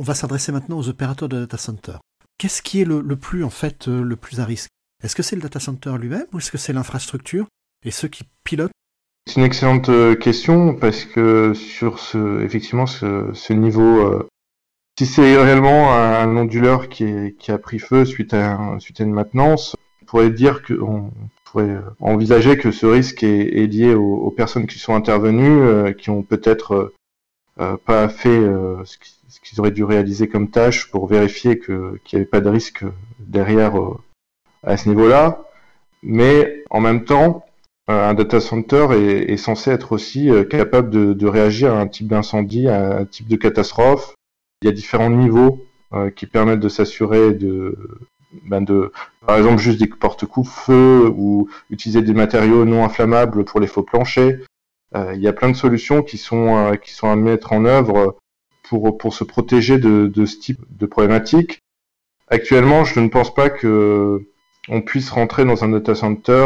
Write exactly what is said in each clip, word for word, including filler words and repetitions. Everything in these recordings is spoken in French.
On va s'adresser maintenant aux opérateurs de data center. Qu'est-ce qui est le, le plus, en fait, euh, le plus à risque? Est-ce que c'est le data center lui-même ou est-ce que c'est l'infrastructure et ceux qui pilotent? C'est une excellente question parce que sur ce, effectivement, ce, ce niveau, euh, si c'est réellement un onduleur qui, est, qui a pris feu suite à, un, suite à une maintenance, on pourrait dire que on pourrait envisager que ce risque est, est lié aux, aux personnes qui sont intervenues, euh, qui ont peut-être euh, pas fait euh, ce, qui, ce qu'ils auraient dû réaliser comme tâche pour vérifier que, qu'il n'y avait pas de risque derrière euh, à ce niveau-là. Mais en même temps, un data center est, est censé être aussi euh, capable de, de réagir à un type d'incendie, à un type de catastrophe. Il y a différents niveaux euh, qui permettent de s'assurer de, ben de, par exemple, juste des porte-coupe-feu ou utiliser des matériaux non inflammables pour les faux planchers. Euh, il y a plein de solutions qui sont euh, qui sont à mettre en œuvre pour pour se protéger de, de ce type de problématique. Actuellement, je ne pense pas que on puisse rentrer dans un data center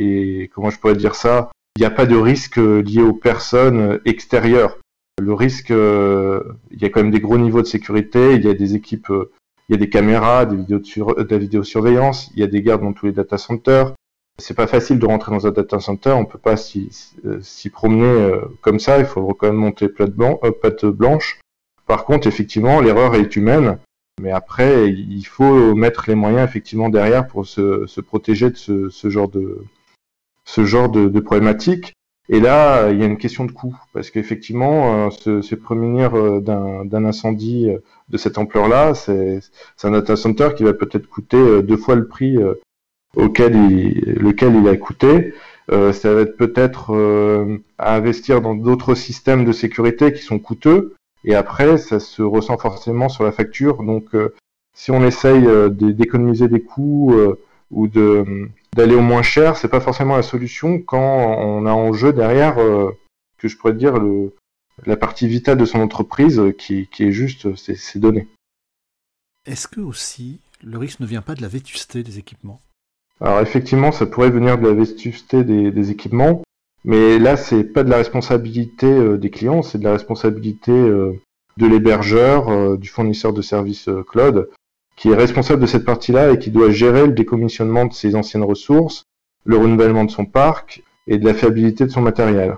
et comment je pourrais dire ça, il n'y a pas de risque lié aux personnes extérieures. Le risque, euh, il y a quand même des gros niveaux de sécurité, il y a des équipes, euh, il y a des caméras, des vidéos de, sur, de la vidéosurveillance, il y a des gardes dans tous les data centers. C'est pas facile de rentrer dans un data center, on peut pas s'y, s'y promener euh, comme ça, il faut quand même monter patte blanc, euh, patte blanche. Par contre, effectivement, l'erreur est humaine. Mais après, il faut mettre les moyens effectivement derrière pour se, se protéger de ce, ce genre de ce genre de, de problématique. Et là, il y a une question de coût, parce qu'effectivement, euh, se, se prémunir d'un, d'un incendie de cette ampleur-là, c'est, c'est un data center qui va peut-être coûter deux fois le prix euh, auquel il, lequel il a coûté. Euh, ça va être peut-être euh, à investir dans d'autres systèmes de sécurité qui sont coûteux. Et après, ça se ressent forcément sur la facture. Donc, euh, si on essaye euh, d'économiser des coûts euh, ou de d'aller au moins cher, c'est pas forcément la solution quand on a en jeu derrière, euh, que je pourrais dire, le, la partie vitale de son entreprise qui, qui est juste ces, ces données. Est-ce que aussi le risque ne vient pas de la vétusté des équipements? Alors effectivement, ça pourrait venir de la vétusté des, des équipements. Mais là, c'est pas de la responsabilité euh, des clients, c'est de la responsabilité euh, de l'hébergeur, euh, du fournisseur de services euh, cloud, qui est responsable de cette partie-là et qui doit gérer le décommissionnement de ses anciennes ressources, le renouvellement de son parc et de la fiabilité de son matériel.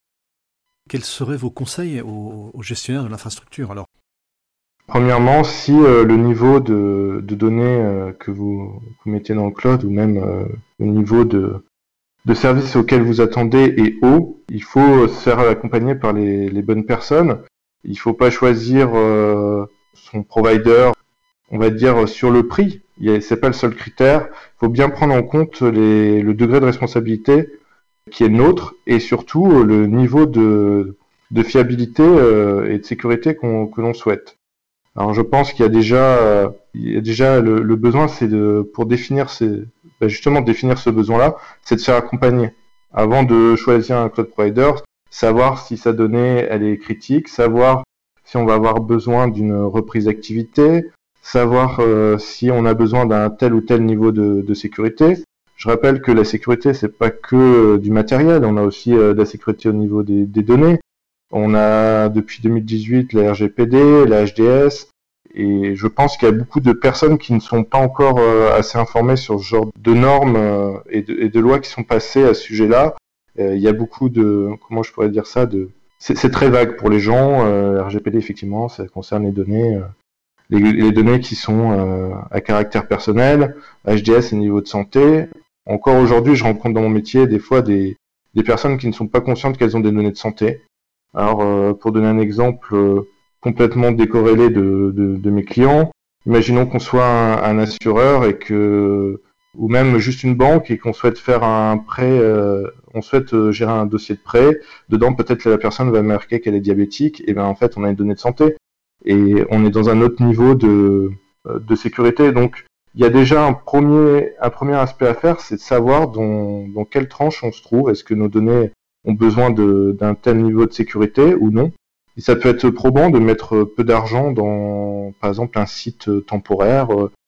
Quels seraient vos conseils aux, aux gestionnaires de l'infrastructure alors? Premièrement, si euh, le niveau de, de données euh, que vous, vous mettez dans le cloud ou même euh, le niveau de de services auxquels vous attendez est haut, il faut se faire accompagner par les, les bonnes personnes. Il faut pas choisir euh, son provider, on va dire, sur le prix. C'est pas le seul critère. Il faut bien prendre en compte les, le degré de responsabilité qui est le nôtre et surtout le niveau de, de fiabilité euh, et de sécurité qu'on, que l'on souhaite. Alors je pense qu'il y a déjà, euh, il y a déjà le, le besoin, c'est de pour définir ces Ben justement définir ce besoin-là, c'est de se faire accompagner. Avant de choisir un cloud provider, savoir si sa donnée elle est critique, savoir si on va avoir besoin d'une reprise d'activité, savoir euh, si on a besoin d'un tel ou tel niveau de, de sécurité. Je rappelle que la sécurité c'est pas que euh, du matériel, on a aussi euh, de la sécurité au niveau des, des données. On a depuis deux mille dix-huit la R G P D, la H D S. Et je pense qu'il y a beaucoup de personnes qui ne sont pas encore euh, assez informées sur ce genre de normes euh, et, de, et de lois qui sont passées à ce sujet-là. Euh, il y a beaucoup de, comment je pourrais dire ça, de, c'est, c'est très vague pour les gens. Euh, R G P D effectivement, ça concerne les données, euh, les, les données qui sont euh, à caractère personnel. H D S, c'est niveau de santé. Encore aujourd'hui, je rencontre dans mon métier des fois des, des personnes qui ne sont pas conscientes qu'elles ont des données de santé. Alors, euh, pour donner un exemple euh, complètement décorrélé de, de, de mes clients, imaginons qu'on soit un, un assureur et que, ou même juste une banque et qu'on souhaite faire un prêt, euh, on souhaite euh, gérer un dossier de prêt. Dedans, peut-être que la personne va marquer qu'elle est diabétique. Et bien, en fait, on a une donnée de santé et on est dans un autre niveau de, de sécurité. Donc, il y a déjà un premier, un premier aspect à faire, c'est de savoir dans, dans quelle tranche on se trouve. Est-ce que nos données ont besoin de, d'un tel niveau de sécurité ou non? Et ça peut être probant de mettre peu d'argent dans, par exemple, un site temporaire,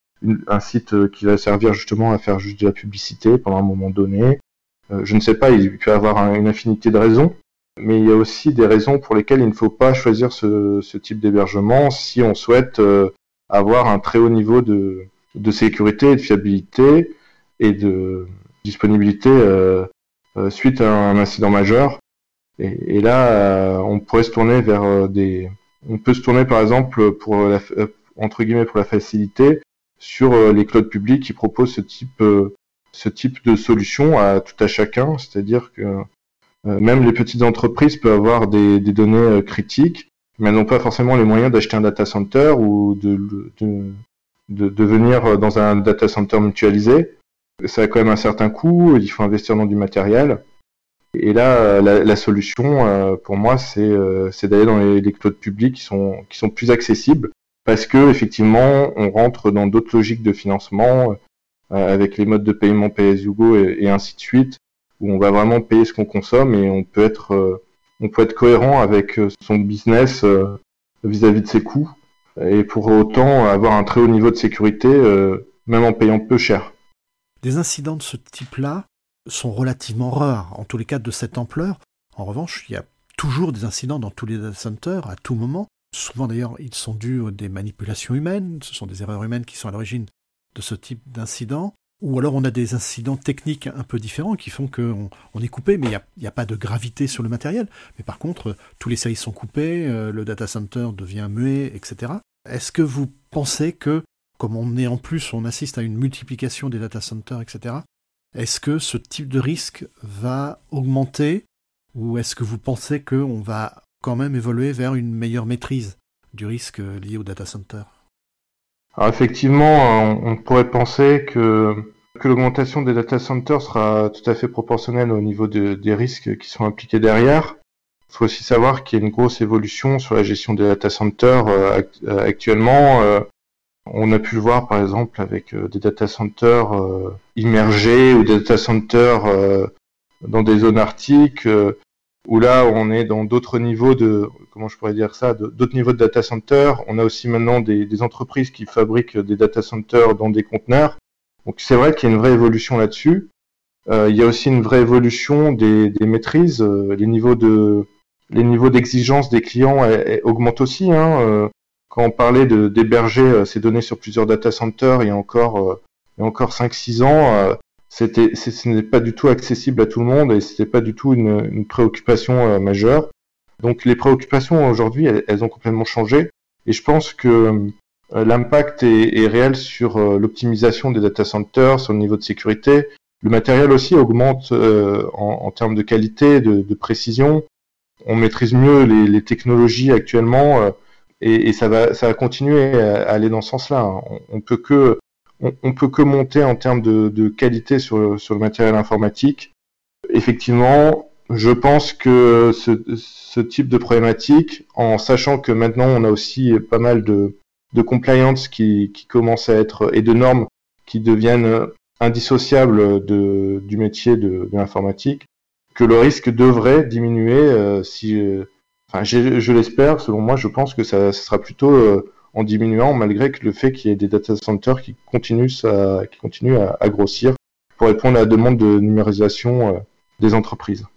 un site qui va servir justement à faire juste de la publicité pendant un moment donné. Euh, je ne sais pas, il peut y avoir un, une infinité de raisons. mais il y a aussi des raisons pour lesquelles il ne faut pas choisir ce, ce type d'hébergement si on souhaite euh, avoir un très haut niveau de, de sécurité et de fiabilité et de disponibilité euh, euh, suite à un incident majeur. Et, et là, euh, on pourrait se tourner vers euh, des... On peut se tourner par exemple pour la, euh, entre guillemets pour la facilité sur euh, les clouds publics qui proposent ce type euh, ce type de solution à tout à chacun, c'est-à-dire que euh, même les petites entreprises peuvent avoir des, des données euh, critiques, mais elles n'ont pas forcément les moyens d'acheter un data center ou de, de, de, de venir dans un data center mutualisé. Ça a quand même un certain coût, il faut investir dans du matériel. Et là, la, la solution, euh, pour moi, c'est, euh, c'est d'aller dans les, les clouds publics qui sont, qui sont plus accessibles, parce que effectivement, on rentre dans d'autres logiques de financement, euh, avec les modes de paiement pay-as-you-go et, et ainsi de suite, où on va vraiment payer ce qu'on consomme et on peut être, euh, on peut être cohérent avec son business euh, vis-à-vis de ses coûts, et pour autant avoir un très haut niveau de sécurité, euh, même en payant peu cher. Des incidents de ce type-là sont relativement rares, en tous les cas de cette ampleur. En revanche, il y a toujours des incidents dans tous les data centers, à tout moment. Souvent d'ailleurs, ils sont dus à des manipulations humaines, ce sont des erreurs humaines qui sont à l'origine de ce type d'incident. Ou alors on a des incidents techniques un peu différents qui font qu'on on est coupé, mais il n'y a, a pas de gravité sur le matériel. Mais par contre, tous les services sont coupés, euh, le data center devient muet, et cetera. Est-ce que vous pensez que, comme on est en plus, on assiste à une multiplication des data centers, et cetera, est-ce que ce type de risque va augmenter ou est-ce que vous pensez qu'on va quand même évoluer vers une meilleure maîtrise du risque lié au data center ? Alors effectivement, on, on pourrait penser que, que l'augmentation des data centers sera tout à fait proportionnelle au niveau de, des risques qui sont impliqués derrière. Il faut aussi savoir qu'il y a une grosse évolution sur la gestion des data centers euh, actuellement. Euh, On a pu le voir par exemple avec euh, des data centers euh, immergés ou des data centers euh, dans des zones arctiques euh, où là on est dans d'autres niveaux de, comment je pourrais dire ça, de, d'autres niveaux de data centers. On a aussi maintenant des, des entreprises qui fabriquent des data centers dans des conteneurs. Donc c'est vrai qu'il y a une vraie évolution là-dessus. Euh, il y a aussi une vraie évolution des, des maîtrises. Euh, les niveaux de les niveaux d'exigence des clients elles, elles augmentent aussi. Hein, euh, Quand on parlait de, d'héberger euh, ces données sur plusieurs data centers il y a encore, euh, il y a encore cinq six ans, euh, c'était, c'est, ce n'est pas du tout accessible à tout le monde et c'était pas du tout une, une préoccupation euh, majeure. Donc les préoccupations aujourd'hui, elles, elles ont complètement changé et je pense que euh, l'impact est, est réel sur euh, l'optimisation des data centers, sur le niveau de sécurité. Le matériel aussi augmente euh, en, en termes de qualité, de, de précision. On maîtrise mieux les, les technologies actuellement. Euh, Et, et ça va, ça va continuer à aller dans ce sens-là. On, on peut que, on, on peut que monter en termes de, de qualité sur, sur le matériel informatique. Effectivement, je pense que ce, ce type de problématique, en sachant que maintenant on a aussi pas mal de, de compliance qui, qui commencent à être et de normes qui deviennent indissociables de, du métier de, de l'informatique, que le risque devrait diminuer euh, si euh, Enfin, je, je l'espère. Selon moi, je pense que ça, ça sera plutôt euh, en diminuant, malgré que le fait qu'il y ait des data centers qui continuent à, qui continuent à, à grossir pour répondre à la demande de numérisation euh, des entreprises.